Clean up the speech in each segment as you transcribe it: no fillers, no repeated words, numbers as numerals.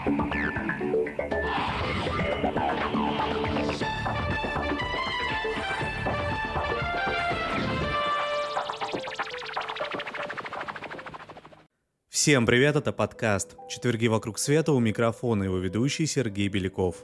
Всем привет, это подкаст «Четверги вокруг света», у микрофона его ведущий Сергей Беляков.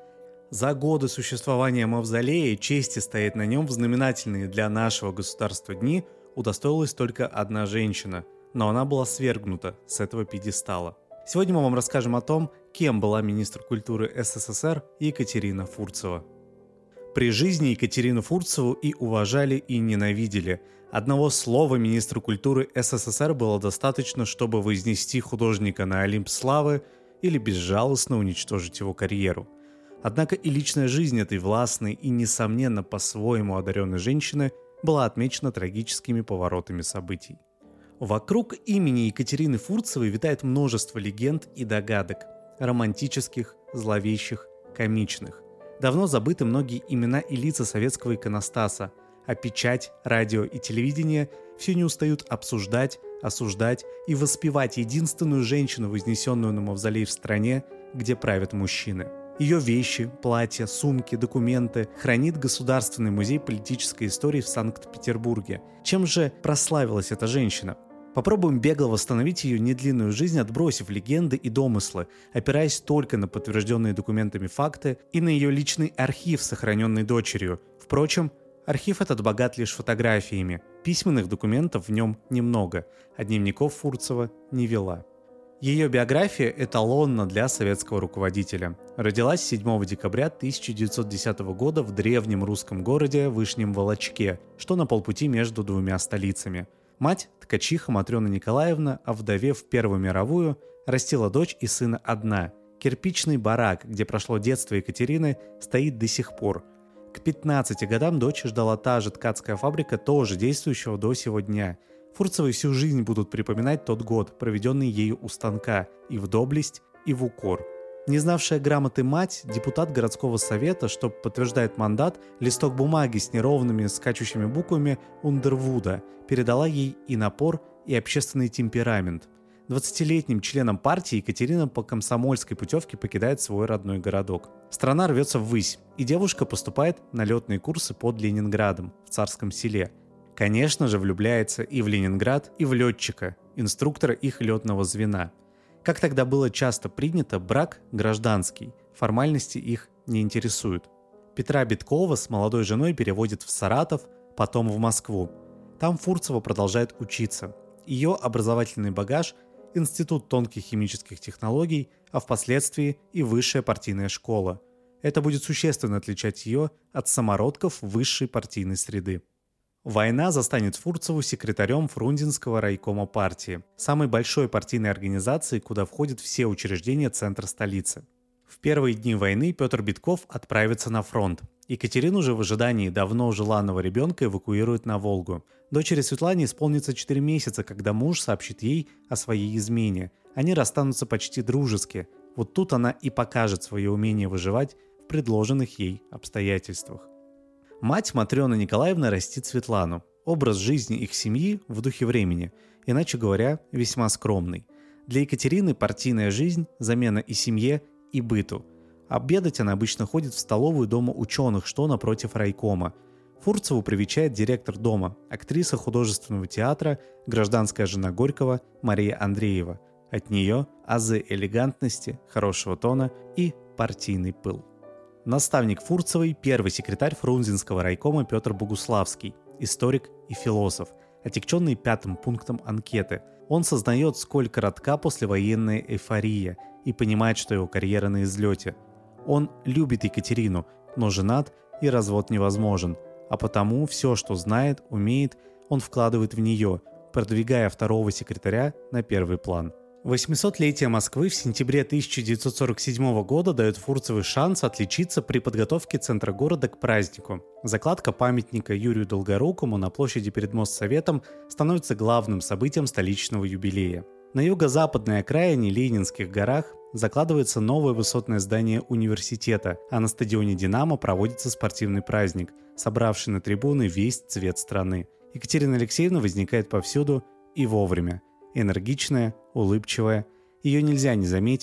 За годы существования мавзолея и чести стоять на нем в знаменательные для нашего государства дни удостоилась только одна женщина, но она была свергнута с этого пьедестала. Сегодня мы вам расскажем о том, кем была министр культуры СССР Екатерина Фурцева. При жизни Екатерину Фурцеву и уважали, и ненавидели. Одного слова министру культуры СССР было достаточно, чтобы вознести художника на Олимп славы или безжалостно уничтожить его карьеру. Однако и личная жизнь этой властной и, несомненно, по-своему одаренной женщины была отмечена трагическими поворотами событий. Вокруг имени Екатерины Фурцевой витает множество легенд и догадок – романтических, зловещих, комичных. Давно забыты многие имена и лица советского иконостаса, а печать, радио и телевидение все не устают обсуждать, осуждать и воспевать единственную женщину, вознесенную на мавзолей в стране, где правят мужчины. Ее вещи, платья, сумки, документы хранит Государственный музей политической истории в Санкт-Петербурге. Чем же прославилась эта женщина? Попробуем бегло восстановить ее недлинную жизнь, отбросив легенды и домыслы, опираясь только на подтвержденные документами факты и на ее личный архив, сохраненный дочерью. Впрочем, архив этот богат лишь фотографиями, письменных документов в нем немного, а дневников Фурцева не вела. Ее биография эталонна для советского руководителя. Родилась 7 декабря 1910 года в древнем русском городе Вышнем Волочке, что на полпути между двумя столицами. Мать, ткачиха Матрена Николаевна, овдовев в Первую мировую, растила дочь и сына одна. Кирпичный барак, где прошло детство Екатерины, стоит до сих пор. К 15 годам дочь ждала та же ткацкая фабрика, тоже действующего до сего дня. Фурцевой всю жизнь будут припоминать тот год, проведенный ею у станка, и в доблесть, и в укор. Не знавшая грамоты мать, депутат городского совета, что подтверждает мандат, листок бумаги с неровными скачущими буквами Ундервуда, передала ей и напор, и общественный темперамент. 20-летним членом партии Екатерина по комсомольской путевке покидает свой родной городок. Страна рвется ввысь, и девушка поступает на летные курсы под Ленинградом, в Царском Селе. Конечно же, влюбляется и в Ленинград, и в летчика, инструктора их летного звена. Как тогда было часто принято, брак гражданский, формальности их не интересуют. Петра Биткова с молодой женой переводит в Саратов, потом в Москву. Там Фурцева продолжает учиться. Ее образовательный багаж – Институт тонких химических технологий, а впоследствии и высшая партийная школа. Это будет существенно отличать ее от самородков высшей партийной среды. Война застанет Фурцеву секретарем Фрунзенского райкома партии, самой большой партийной организации, куда входят все учреждения центра столицы. В первые дни войны Петр Битков отправится на фронт. Екатерину же в ожидании давно желанного ребенка эвакуируют на Волгу. Дочери Светлане исполнится 4 месяца, когда муж сообщит ей о своей измене. Они расстанутся почти дружески. Вот тут она и покажет свое умение выживать в предложенных ей обстоятельствах. Мать Матрена Николаевна растит Светлану. Образ жизни их семьи в духе времени, иначе говоря, весьма скромный. Для Екатерины партийная жизнь – замена и семье, и быту. Обедать она обычно ходит в столовую Дома ученых, что напротив райкома. Фурцеву привечает директор дома, актриса художественного театра, гражданская жена Горького Мария Андреева. От нее азы элегантности, хорошего тона и партийный пыл. Наставник Фурцевой – первый секретарь Фрунзенского райкома Петр Богуславский, историк и философ, отягченный 5-м пунктом анкеты. Он сознает, сколь коротка послевоенная эйфория и понимает, что его карьера на излете. Он любит Екатерину, но женат и развод невозможен, а потому все, что знает, умеет, он вкладывает в нее, продвигая второго секретаря на первый план. 800-летие Москвы в сентябре 1947 года дает Фурцевой шанс отличиться при подготовке центра города к празднику. Закладка памятника Юрию Долгорукому на площади перед Моссоветом становится главным событием столичного юбилея. На юго-западной окраине Ленинских горах закладывается новое высотное здание университета, а на стадионе «Динамо» проводится спортивный праздник, собравший на трибуны весь цвет страны. Екатерина Алексеевна возникает повсюду и вовремя. Энергичная, улыбчивая, ее нельзя не заметить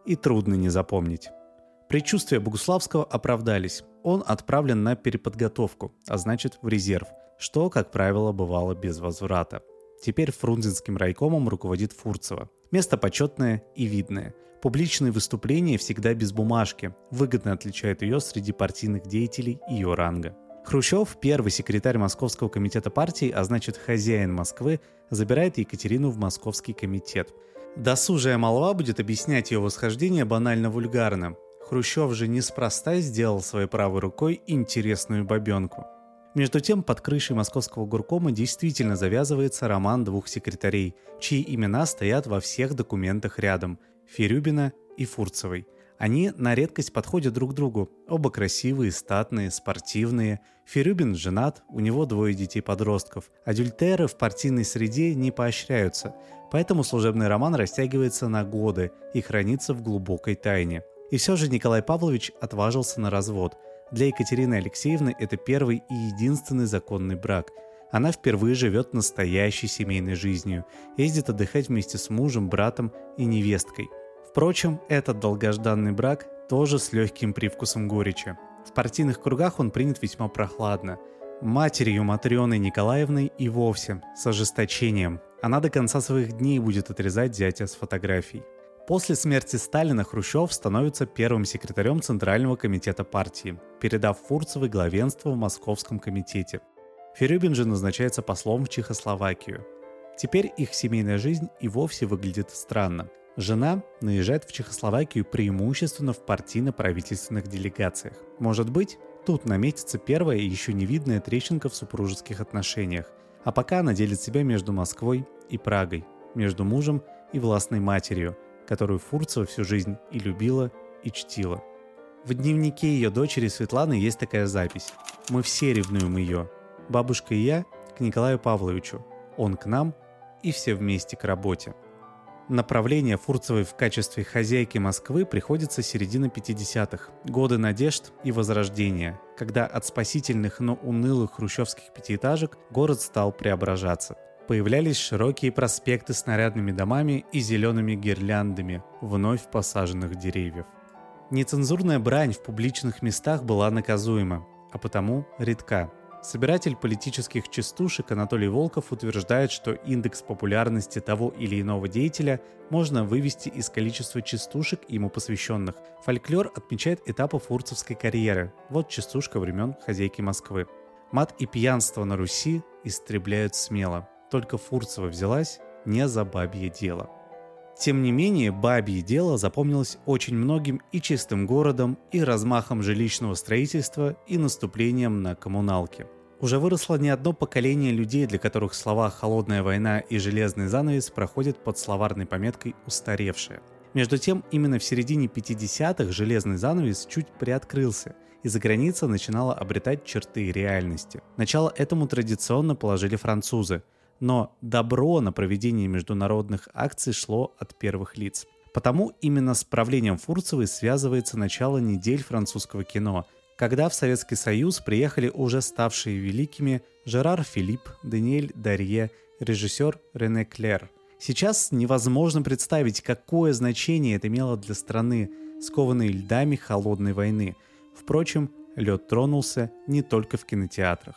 и трудно не запомнить. Предчувствия Богуславского оправдались. Он отправлен на переподготовку, а значит в резерв, что, как правило, бывало без возврата. Теперь Фрунзенским райкомом руководит Фурцева. Место почетное и видное. Публичные выступления всегда без бумажки, выгодно отличают ее среди партийных деятелей ее ранга. Хрущев, первый секретарь Московского комитета партии, а значит хозяин Москвы, забирает Екатерину в Московский комитет. Досужая молва будет объяснять ее восхождение банально вульгарно. Хрущев же неспроста сделал своей правой рукой интересную бабенку. Между тем, под крышей Московского горкома действительно завязывается роман двух секретарей, чьи имена стоят во всех документах рядом – Ферюбина и Фурцевой. Они на редкость подходят друг другу. Оба красивые, статные, спортивные. Ферюбин женат, у него 2 детей-подростков. Адюльтеры в партийной среде не поощряются, поэтому служебный роман растягивается на годы и хранится в глубокой тайне. И все же Николай Павлович отважился на развод. Для Екатерины Алексеевны это первый и единственный законный брак. Она впервые живет настоящей семейной жизнью, ездит отдыхать вместе с мужем, братом и невесткой. Впрочем, этот долгожданный брак тоже с легким привкусом горечи. В партийных кругах он принят весьма прохладно. Матерью Матрёной Николаевной и вовсе с ожесточением. Она до конца своих дней будет отрезать зятя с фотографий. После смерти Сталина Хрущев становится первым секретарем Центрального комитета партии, передав Фурцевой главенство в Московском комитете. Ферюбин же назначается послом в Чехословакию. Теперь их семейная жизнь и вовсе выглядит странно. Жена наезжает в Чехословакию преимущественно в партийно-правительственных делегациях. Может быть, тут наметится первая и еще не видная трещинка в супружеских отношениях. А пока она делит себя между Москвой и Прагой, между мужем и властной матерью, которую Фурцева всю жизнь и любила, и чтила. В дневнике ее дочери Светланы есть такая запись. «Мы все ревнуем ее. Бабушка и я к Николаю Павловичу, он к нам и все вместе к работе». Направление Фурцевой в качестве хозяйки Москвы приходится середина 50-х, годы надежд и возрождения, когда от спасительных, но унылых хрущевских пятиэтажек город стал преображаться. Появлялись широкие проспекты с нарядными домами и зелеными гирляндами вновь посаженных деревьев. Нецензурная брань в публичных местах была наказуема, а потому редка. Собиратель политических частушек Анатолий Волков утверждает, что индекс популярности того или иного деятеля можно вывести из количества частушек ему посвященных. Фольклор отмечает этапы фурцевской карьеры. Вот частушка времен хозяйки Москвы. Мат и пьянство на Руси истребляют смело. Только Фурцева взялась не за бабье дело. Тем не менее, бабье дело запомнилось очень многим и чистым городом, и размахом жилищного строительства, и наступлением на коммуналки. Уже выросло не одно поколение людей, для которых слова «холодная война» и «железный занавес» проходят под словарной пометкой «устаревшие». Между тем, именно в середине 50-х железный занавес чуть приоткрылся, и за граница начинала обретать черты реальности. Начало этому традиционно положили французы, но добро на проведение международных акций шло от первых лиц. Потому именно с правлением Фурцевой связывается начало недель французского кино, когда в Советский Союз приехали уже ставшие великими Жерар Филипп, Даниэль Дарье, режиссер Рене Клер. Сейчас невозможно представить, какое значение это имело для страны, скованной льдами холодной войны. Впрочем, лед тронулся не только в кинотеатрах.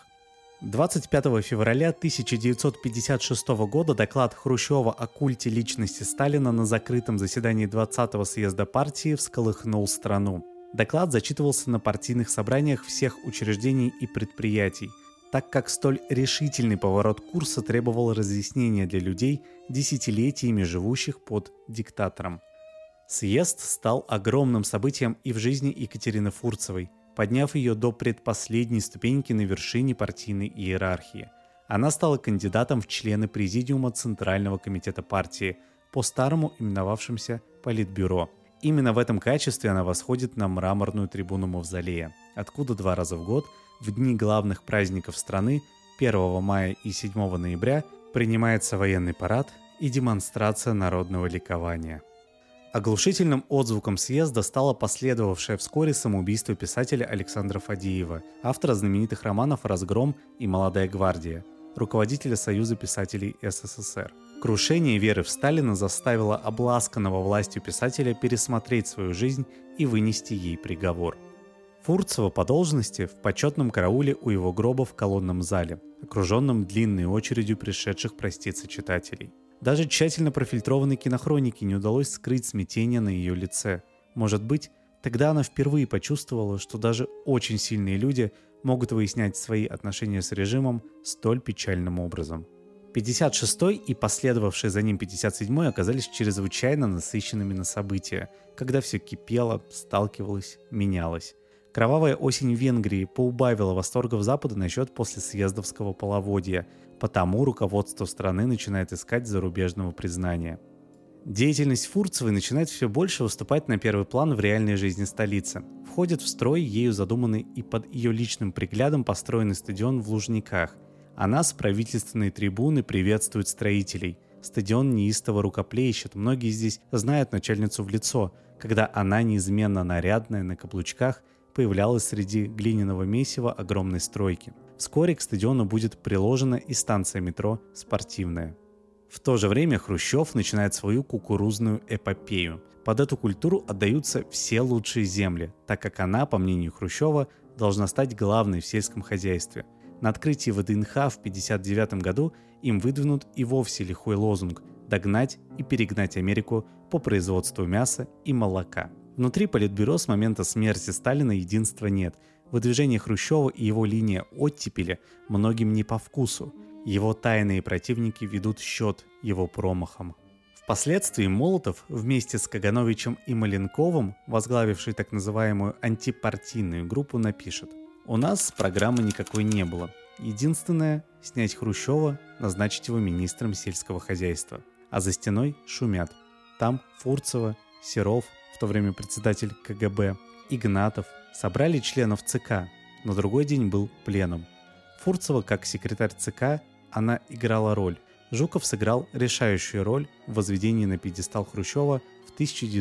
25 февраля 1956 года доклад Хрущева о культе личности Сталина на закрытом заседании 20-го съезда партии всколыхнул страну. Доклад зачитывался на партийных собраниях всех учреждений и предприятий, так как столь решительный поворот курса требовал разъяснения для людей, десятилетиями живущих под диктатором. Съезд стал огромным событием и в жизни Екатерины Фурцевой, подняв ее до предпоследней ступеньки на вершине партийной иерархии. Она стала кандидатом в члены Президиума Центрального комитета партии, по-старому именовавшимся Политбюро. Именно в этом качестве она восходит на мраморную трибуну Мавзолея, откуда 2 раза в год, в дни главных праздников страны, 1 мая и 7 ноября, принимается военный парад и демонстрация народного ликования. Оглушительным отзвуком съезда стало последовавшее вскоре самоубийство писателя Александра Фадеева, автора знаменитых романов «Разгром» и «Молодая гвардия», руководителя Союза писателей СССР. Крушение веры в Сталина заставило обласканного властью писателя пересмотреть свою жизнь и вынести ей приговор. Фурцева по должности в почетном карауле у его гроба в колонном зале, окруженном длинной очередью пришедших проститься читателей. Даже тщательно профильтрованной кинохронике не удалось скрыть смятение на ее лице. Может быть, тогда она впервые почувствовала, что даже очень сильные люди могут выяснять свои отношения с режимом столь печальным образом. 56-й и последовавший за ним 57-й оказались чрезвычайно насыщенными на события, когда все кипело, сталкивалось, менялось. Кровавая осень в Венгрии поубавила восторгов Запада насчет послесъездовского половодья, потому руководство страны начинает искать зарубежного признания. Деятельность Фурцевой начинает все больше выступать на первый план в реальной жизни столицы. Входит в строй ею задуманный и под ее личным приглядом построенный стадион в Лужниках. Она с правительственной трибуны приветствует строителей. Стадион неистово рукоплещет, многие здесь знают начальницу в лицо, когда она неизменно нарядная на каблучках появлялась среди глиняного месива огромной стройки. Вскоре к стадиону будет приложена и станция метро «Спортивная». В то же время Хрущев начинает свою кукурузную эпопею. Под эту культуру отдаются все лучшие земли, так как она, по мнению Хрущева, должна стать главной в сельском хозяйстве. На открытии ВДНХ в 1959 году им выдвинут и вовсе лихой лозунг «Догнать и перегнать Америку по производству мяса и молока». Внутри Политбюро с момента смерти Сталина единства нет. Выдвижение Хрущева и его линия оттепели многим не по вкусу. Его тайные противники ведут счет его промахам. Впоследствии Молотов вместе с Кагановичем и Маленковым, возглавивший так называемую антипартийную группу, напишет: «У нас программы никакой не было. Единственное – снять Хрущева, назначить его министром сельского хозяйства. А за стеной шумят. Там Фурцева, Серов, в то время председатель КГБ, Игнатов, собрали членов ЦК. На другой день был пленум. Фурцева, как секретарь ЦК, она играла роль. Жуков сыграл решающую роль в возведении на пьедестал Хрущева в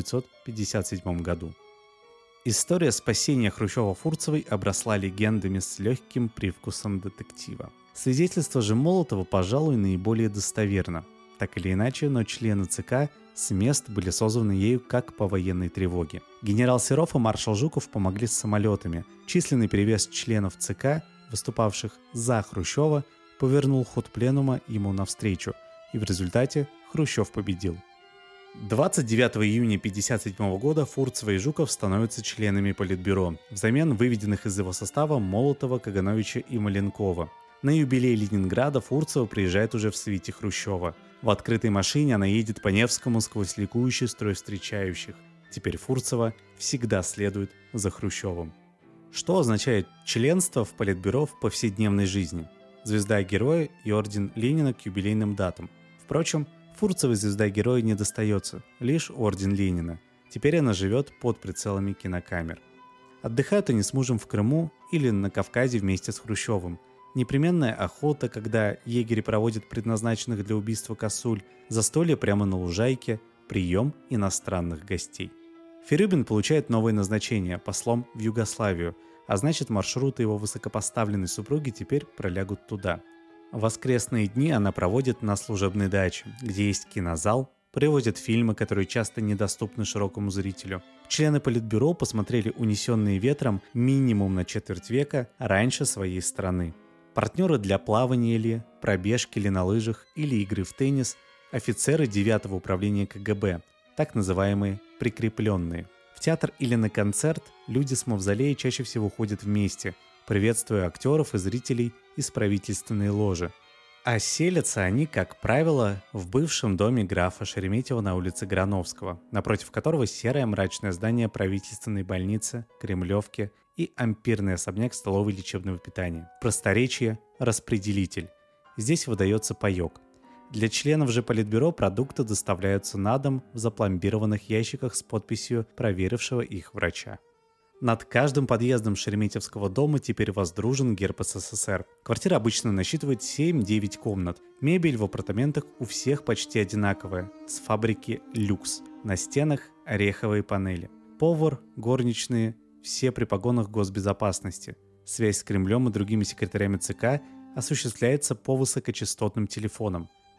1957 году». История спасения Хрущева Фурцевой обросла легендами с легким привкусом детектива. Свидетельство же Молотова, пожалуй, наиболее достоверно. Так или иначе, но члены ЦК с мест были созваны ею как по военной тревоге. Генерал Серов и маршал Жуков помогли с самолетами. Численный перевес членов ЦК, выступавших за Хрущева, повернул ход пленума ему навстречу, и в результате Хрущев победил. 29 июня 1957 года Фурцева и Жуков становятся членами Политбюро, взамен выведенных из его состава Молотова, Кагановича и Маленкова. На юбилей Ленинграда Фурцева приезжает уже в свите Хрущева. В открытой машине она едет по Невскому сквозь ликующий строй встречающих. Теперь Фурцева всегда следует за Хрущевым. Что означает членство в Политбюро в повседневной жизни? Звезда Героя и орден Ленина к юбилейным датам. Впрочем, Фурцевой звезда Героя не достается, лишь орден Ленина. Теперь она живет под прицелами кинокамер. Отдыхают они с мужем в Крыму или на Кавказе вместе с Хрущевым. Непременная охота, когда егери проводят предназначенных для убийства косуль, застолье прямо на лужайке, прием иностранных гостей. Ферюбин получает новое назначение – послом в Югославию, а значит, маршруты его высокопоставленной супруги теперь пролягут туда. Воскресные дни она проводит на служебной даче, где есть кинозал, приводят фильмы, которые часто недоступны широкому зрителю. Члены Политбюро посмотрели «Унесенные ветром» минимум на четверть века раньше своей страны. Партнеры для плавания ли, пробежки ли на лыжах или игры в теннис – офицеры 9-го управления КГБ, так называемые «прикрепленные». В театр или на концерт люди с мавзолея чаще всего ходят вместе, приветствуя актеров и зрителей из правительственной ложи. А селятся они, как правило, в бывшем доме графа Шереметьева на улице Грановского, напротив которого серое мрачное здание правительственной больницы, Кремлевки и ампирный особняк столовой лечебного питания. Просторечие – распределитель. Здесь выдается паёк. Для членов же Политбюро продукты доставляются на дом в запломбированных ящиках с подписью проверившего их врача. Над каждым подъездом Шереметьевского дома теперь воздружен герб СССР. Квартира обычно насчитывает 7-9 комнат. Мебель в апартаментах у всех почти одинаковая, с фабрики «Люкс». На стенах ореховые панели. Повар, горничные, все при погонах госбезопасности. Связь с Кремлем и другими секретарями ЦК осуществляется по высокочастотным телефонам.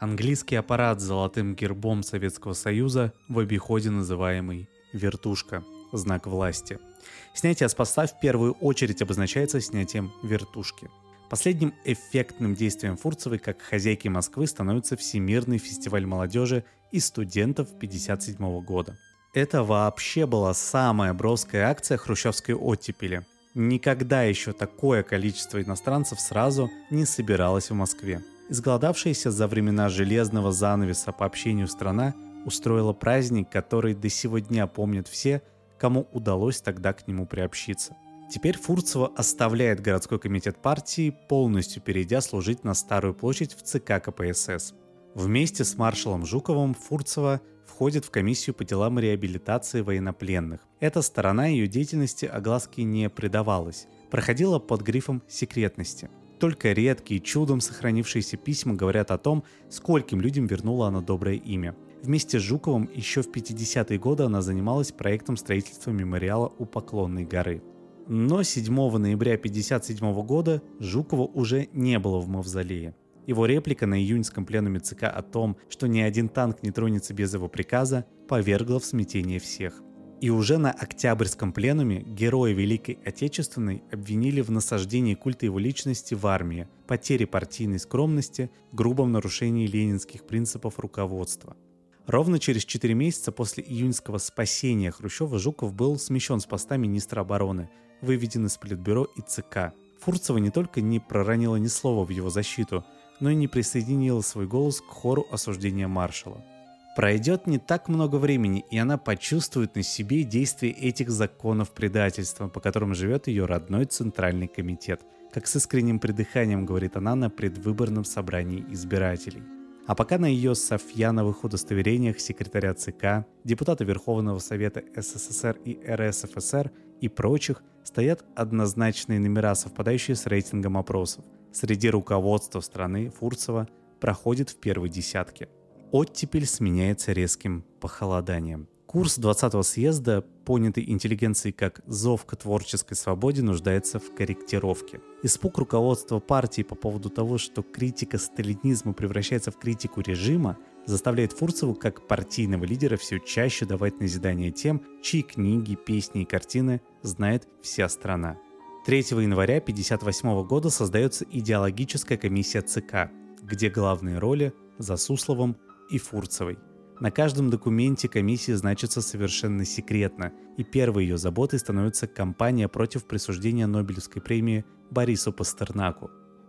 Английский аппарат с золотым гербом Советского Союза, в обиходе называемый «вертушка», знак власти. Снятие с поста в первую очередь обозначается снятием вертушки. Последним эффектным действием Фурцевой как хозяйки Москвы становится Всемирный фестиваль молодежи и студентов 1957 года. Это вообще была самая броская акция хрущевской оттепели. Никогда еще такое количество иностранцев сразу не собиралось в Москве. Изголодавшаяся за времена железного занавеса по общению страна устроила праздник, который до сего дня помнят все, кому удалось тогда к нему приобщиться. Теперь Фурцева оставляет городской комитет партии, полностью перейдя служить на Старую площадь в ЦК КПСС. Вместе с маршалом Жуковым Фурцева входит в комиссию по делам реабилитации военнопленных. Эта сторона ее деятельности огласке не придавалась, проходила под грифом секретности. Только редкие, чудом сохранившиеся письма говорят о том, скольким людям вернула она доброе имя. Вместе с Жуковым еще в 50-е годы она занималась проектом строительства мемориала у Поклонной горы. Но 7 ноября 1957 года Жукова уже не было в мавзолее. Его реплика на июньском пленуме ЦК о том, что ни один танк не тронется без его приказа, повергла в смятение всех. И уже на октябрьском пленуме героя Великой Отечественной обвинили в насаждении культа его личности в армии, потере партийной скромности, грубом нарушении ленинских принципов руководства. Ровно через 4 месяца после июньского спасения Хрущева Жуков был смещен с поста министра обороны, выведен из Политбюро и ЦК. Фурцева не только не проронила ни слова в его защиту, но и не присоединила свой голос к хору осуждения маршала. Пройдет не так много времени, и она почувствует на себе действие этих законов предательства, по которым живет ее родной Центральный комитет, как с искренним придыханием говорит она на предвыборном собрании избирателей. А пока на ее Софьяновых удостоверениях секретаря ЦК, депутата Верховного Совета СССР и РСФСР и прочих стоят однозначные номера, совпадающие с рейтингом опросов. Среди руководства страны Фурцева проходит в первой десятке. Оттепель сменяется резким похолоданием. Курс 20-го съезда, понятый интеллигенцией как зов к творческой свободе, нуждается в корректировке. Испуг руководства партии по поводу того, что критика сталинизма превращается в критику режима, заставляет Фурцеву как партийного лидера все чаще давать назидание тем, чьи книги, песни и картины знает вся страна. 3 января 1958 года создается идеологическая комиссия ЦК, где главные роли за Сусловым и Фурцевой. На каждом документе комиссии значится совершенно секретно, и первой ее заботой становится кампания против присуждения Нобелевской премии Борису Пастернаку.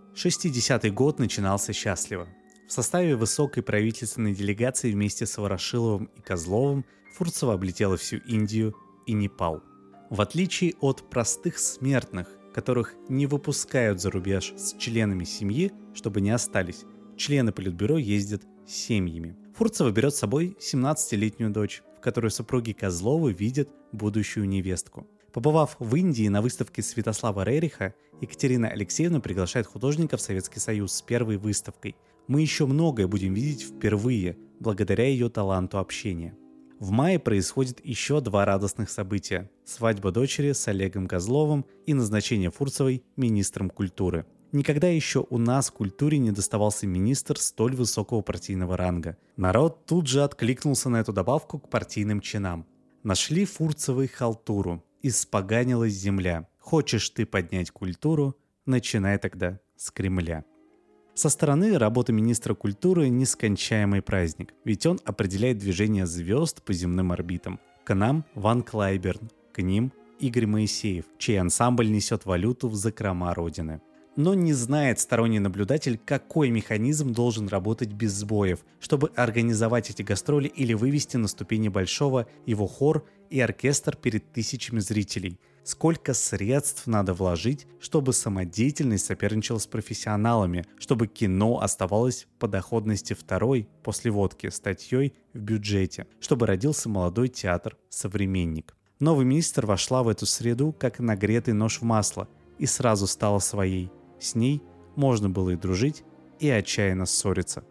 60-й год начинался счастливо. В составе высокой правительственной делегации вместе с Ворошиловым и Козловым Фурцева облетела всю Индию и Непал. В отличие от простых смертных, которых не выпускают за рубеж с членами семьи, чтобы не остались, члены Политбюро ездят с семьями. Фурцева берет с собой 17-летнюю дочь, в которой супруги Козловы видят будущую невестку. Побывав в Индии на выставке Святослава Рериха, Екатерина Алексеевна приглашает художника в Советский Союз с первой выставкой. Мы еще многое будем видеть впервые, благодаря ее таланту общения. В мае происходит еще 2 радостных события – свадьба дочери с Олегом Козловым и назначение Фурцевой министром культуры. Никогда еще у нас в культуре не доставался министр столь высокого партийного ранга. Народ тут же откликнулся на эту добавку к партийным чинам. Нашли Фурцевой халтуру, испоганилась земля. Хочешь ты поднять культуру, начинай тогда с Кремля. Со стороны работа министра культуры – нескончаемый праздник, ведь он определяет движение звезд по земным орбитам. К нам Ван Клайберн, к ним Игорь Моисеев, чей ансамбль несет валюту в закрома Родины. Но не знает сторонний наблюдатель, какой механизм должен работать без сбоев, чтобы организовать эти гастроли или вывести на ступени большого его хор и оркестр перед тысячами зрителей. Сколько средств надо вложить, чтобы самодеятельность соперничала с профессионалами, чтобы кино оставалось по доходности второй после водки статьей в бюджете, чтобы родился молодой театр «Современник». Новый министр вошла в эту среду как нагретый нож в масло и сразу стала своей. С ней можно было и дружить, и отчаянно ссориться.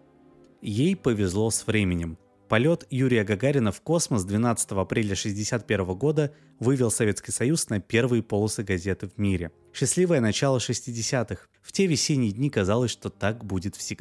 Ей повезло с временем. Полет Юрия Гагарина в космос 12 апреля 1961 года вывел Советский Союз на первые полосы газеты в мире. Счастливое начало 60-х. В те весенние дни казалось, что так будет всегда.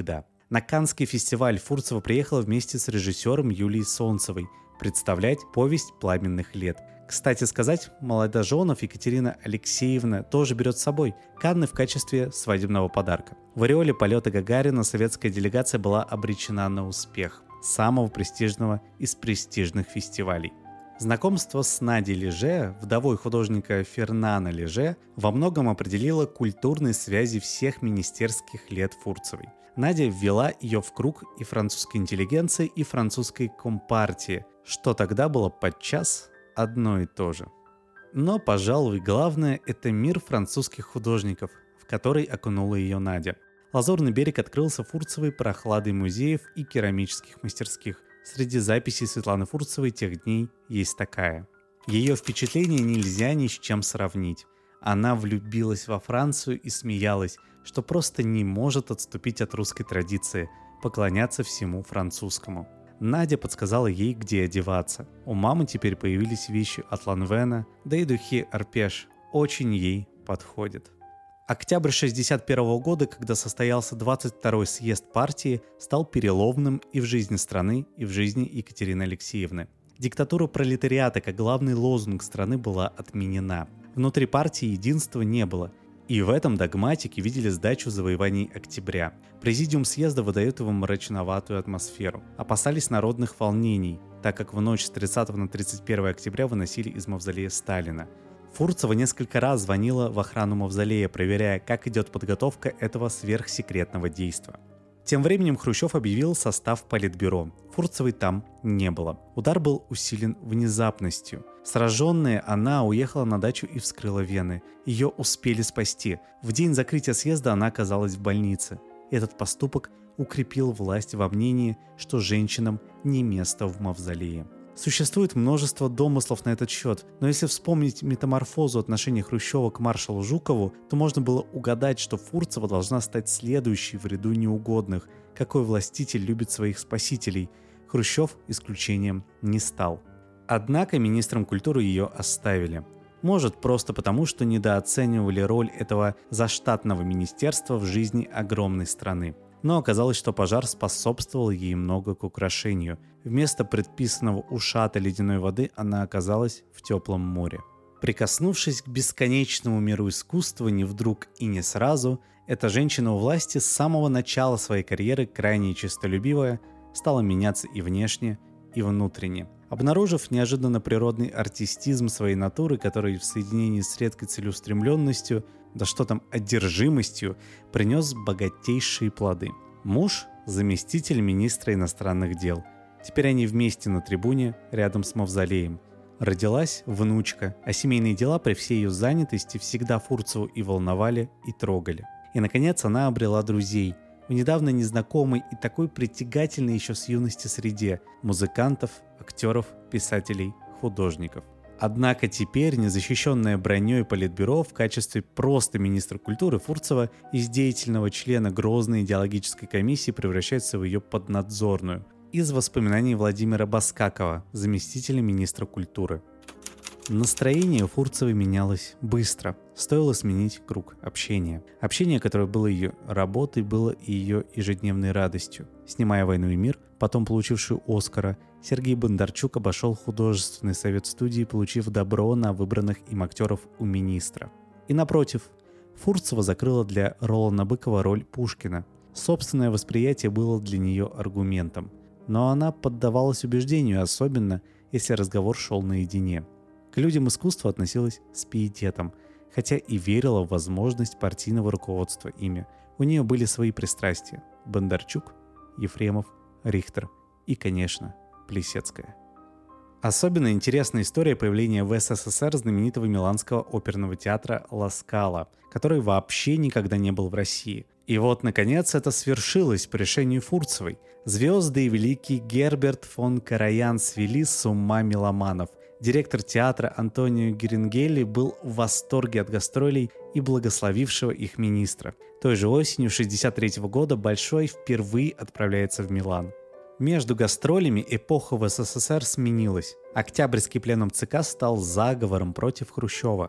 На Каннский фестиваль Фурцева приехала вместе с режиссером Юлией Солнцевой представлять повесть «Пламенных лет». Кстати сказать, молодоженов Екатерина Алексеевна тоже берет с собой Канны в качестве свадебного подарка. В ореоле полета Гагарина советская делегация была обречена на успех самого престижного из престижных фестивалей. Знакомство с Надей Леже, вдовой художника Фернана Леже, во многом определило культурные связи всех министерских лет Фурцевой. Надя ввела ее в круг и французской интеллигенции, и французской компартии, что тогда было подчас одно и то же. Но, пожалуй, главное – это мир французских художников, в который окунула ее Надя. Лазурный берег открылся Фурцевой прохладой музеев и керамических мастерских. Среди записей Светланы Фурцевой тех дней есть такая. Ее впечатление нельзя ни с чем сравнить. Она влюбилась во Францию и смеялась, что просто не может отступить от русской традиции, поклоняться всему французскому. Надя подсказала ей, где одеваться. У мамы теперь появились вещи от Ланвена, да и духи Арпеш очень ей подходят. Октябрь 1961 года, когда состоялся 22-й съезд партии, стал переломным и в жизни страны, и в жизни Екатерины Алексеевны. Диктатура пролетариата как главный лозунг страны была отменена. Внутри партии единства не было. И в этом догматики видели сдачу завоеваний октября. Президиум съезда выдает его мрачноватую атмосферу. Опасались народных волнений, так как в ночь с 30 на 31 октября выносили из мавзолея Сталина. Фурцева несколько раз звонила в охрану мавзолея, проверяя, как идет подготовка этого сверхсекретного действа. Тем временем Хрущев объявил состав Политбюро. Фурцевой там не было. Удар был усилен внезапностью. Сраженная, она уехала на дачу и вскрыла вены. Ее успели спасти. В день закрытия съезда она оказалась в больнице. Этот поступок укрепил власть во мнении, что женщинам не место в мавзолее. Существует множество домыслов на этот счет, но если вспомнить метаморфозу отношений Хрущева к маршалу Жукову, то можно было угадать, что Фурцева должна стать следующей в ряду неугодных, какой властитель любит своих спасителей. Хрущев исключением не стал. Однако министром культуры ее оставили. Может, просто потому, что недооценивали роль этого заштатного министерства в жизни огромной страны. Но оказалось, что пожар способствовал ей много к украшению. Вместо предписанного ушата ледяной воды она оказалась в теплом море. Прикоснувшись к бесконечному миру искусства не вдруг и не сразу, эта женщина у власти с самого начала своей карьеры, крайне честолюбивая, стала меняться и внешне, и внутренне. Обнаружив неожиданно природный артистизм своей натуры, который в соединении с редкой целеустремленностью, да что там, одержимостью, принес богатейшие плоды. Муж – заместитель министра иностранных дел. Теперь они вместе на трибуне, рядом с мавзолеем. Родилась внучка, а семейные дела при всей ее занятости всегда Фурцеву и волновали, и трогали. И, наконец, она обрела друзей в недавно незнакомой и такой притягательной еще с юности среде – музыкантов, актеров, писателей, художников. Однако теперь, незащищенная броней Политбюро, в качестве просто министра культуры Фурцева из деятельного члена грозной идеологической комиссии превращается в ее поднадзорную. Из воспоминаний Владимира Баскакова, заместителя министра культуры. Настроение Фурцевой менялось быстро. Стоило сменить круг общения. Общение, которое было ее работой, было и ее ежедневной радостью. Снимая «Войну и мир», потом получившую «Оскара», Сергей Бондарчук обошел художественный совет студии, получив добро на выбранных им актеров у министра. И напротив, Фурцева закрыла для Ролана Быкова роль Пушкина. Собственное восприятие было для нее аргументом. Но она поддавалась убеждению, особенно если разговор шел наедине. К людям искусства относилась с пиететом, хотя и верила в возможность партийного руководства ими. У нее были свои пристрастия – Бондарчук, Ефремов, Рихтер и, конечно, Плисецкая. Особенно интересна история появления в СССР знаменитого миланского оперного театра «Ла Скала», который вообще никогда не был в России. И вот, наконец, это свершилось по решению Фурцевой. Звезды и великий Герберт фон Караян свели с ума меломанов. Директор театра Антонио Герингелли был в восторге от гастролей и благословившего их министра. Той же осенью 1963 года Большой впервые отправляется в Милан. Между гастролями эпоха в СССР сменилась. Октябрьский пленум ЦК стал заговором против Хрущева.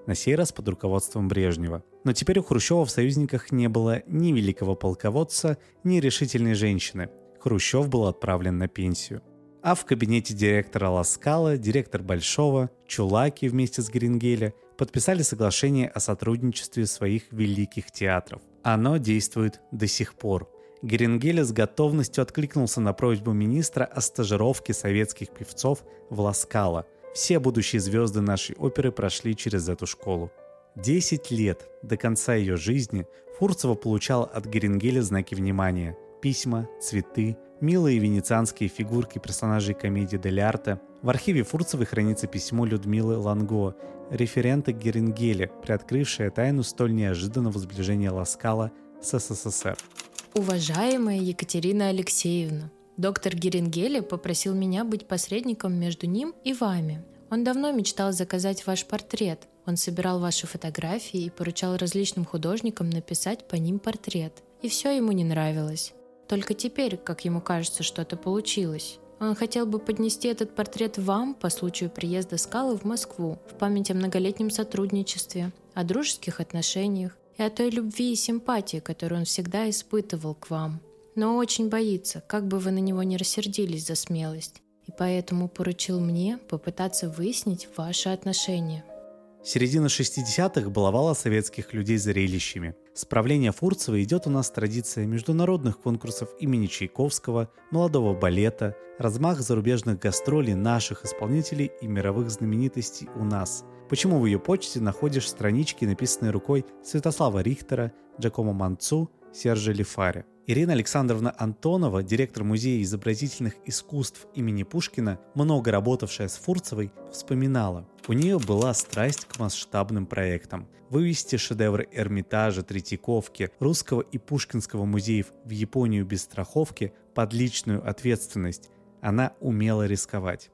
на сей раз под руководством Брежнева. Но теперь у Хрущева в союзниках не было ни великого полководца, ни решительной женщины. Хрущев был отправлен на пенсию. А в кабинете директора Ласкала, директор Большого, Чулаки вместе с Геренгеле подписали соглашение о сотрудничестве своих великих театров. Оно действует до сих пор. Геренгеле с готовностью откликнулся на просьбу министра о стажировке советских певцов в Ласкало. Все будущие звезды нашей оперы прошли через эту школу. 10 лет до конца ее жизни Фурцева получала от Геренгеле знаки внимания: письма, цветы, милые венецианские фигурки персонажей комедии дель арте. В архиве Фурцевой хранится письмо Людмилы Ланго, референта Геренгеле, приоткрывшее тайну столь неожиданного сближения Ласкала с СССР. Уважаемая Екатерина Алексеевна, доктор Геренгеле попросил меня быть посредником между ним и вами. Он давно мечтал заказать ваш портрет. Он собирал ваши фотографии и поручал различным художникам написать по ним портрет. И все ему не нравилось. Только теперь, как ему кажется, что-то получилось. Он хотел бы поднести этот портрет вам по случаю приезда Скалы в Москву, в память о многолетнем сотрудничестве, о дружеских отношениях и о той любви и симпатии, которую он всегда испытывал к вам. Но очень боится, как бы вы на него не рассердились за смелость, и поэтому поручил мне попытаться выяснить ваши отношения. Середина 60-х баловала советских людей зрелищами. С правления Фурцевой идет у нас традиция международных конкурсов имени Чайковского, молодого балета, размах зарубежных гастролей наших исполнителей и мировых знаменитостей у нас. Почему в ее почте находишь странички, написанные рукой Святослава Рихтера, Джакомо Манцу, Сержа Лифари? Ирина Александровна Антонова, директор Музея изобразительных искусств имени Пушкина, много работавшая с Фурцевой, вспоминала: у нее была страсть к масштабным проектам. Вывести шедевры Эрмитажа, Третьяковки, Русского и Пушкинского музеев в Японию без страховки под личную ответственность. Она умела рисковать.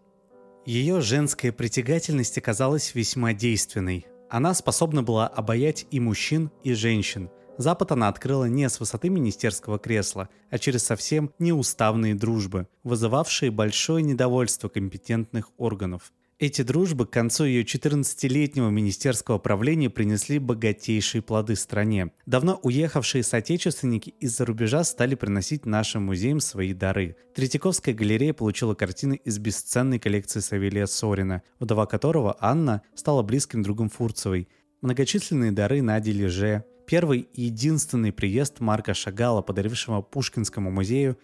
Ее женская притягательность оказалась весьма действенной. Она способна была обаять и мужчин, и женщин. Запад она открыла не с высоты министерского кресла, а через совсем неуставные дружбы, вызывавшие большое недовольство компетентных органов. Эти дружбы к концу ее 14-летнего министерского правления принесли богатейшие плоды стране. Давно уехавшие соотечественники из-за рубежа стали приносить нашим музеям свои дары. Третьяковская галерея получила картины из бесценной коллекции Савелия Сорина, вдова которого, Анна, стала близким другом Фурцевой. Многочисленные дары Нади Леже. Первый и единственный приезд Марка Шагала, подарившего Пушкинскому музею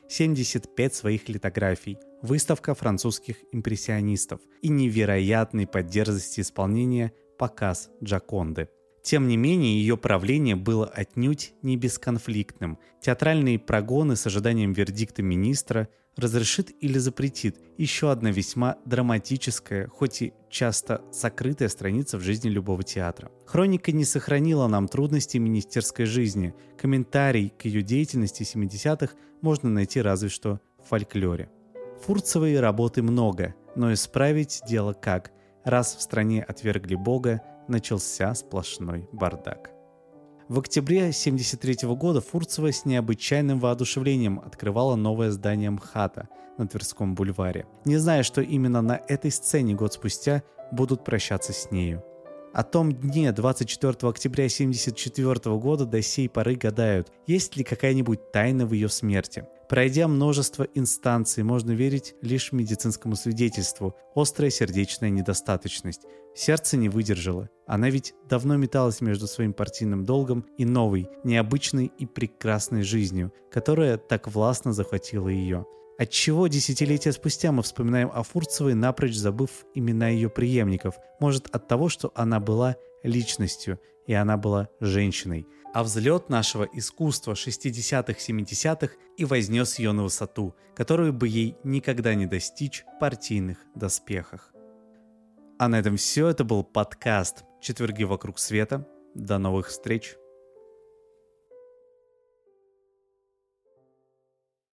75 своих литографий, выставка французских импрессионистов и невероятный по дерзости исполнения показ Джоконды. Тем не менее, ее правление было отнюдь не бесконфликтным. Театральные прогоны с ожиданием вердикта министра разрешит или запретит — еще одна весьма драматическая, хоть и часто сокрытая страница в жизни любого театра. Хроника не сохранила нам трудностей министерской жизни. Комментарий к ее деятельности 70-х можно найти разве что в фольклоре. Фурцевой работы много, но исправить дело как. Раз в стране отвергли Бога, начался сплошной бардак. В октябре 1973 года Фурцева с необычайным воодушевлением открывала новое здание МХАТа на Тверском бульваре, не зная, что именно на этой сцене год спустя будут прощаться с нею. О том дне 24 октября 1974 года до сей поры гадают, есть ли какая-нибудь тайна в ее смерти. Пройдя множество инстанций, можно верить лишь медицинскому свидетельству – острая сердечная недостаточность. Сердце не выдержало. Она ведь давно металась между своим партийным долгом и новой, необычной и прекрасной жизнью, которая так властно захватила ее. Отчего десятилетия спустя мы вспоминаем о Фурцевой, напрочь забыв имена ее преемников? Может, от того, что она была личностью, и она была женщиной. А взлет нашего искусства 60-х-70-х и вознес ее на высоту, которую бы ей никогда не достичь в партийных доспехах. А на этом все. Это был подкаст «Четверги вокруг света». До новых встреч!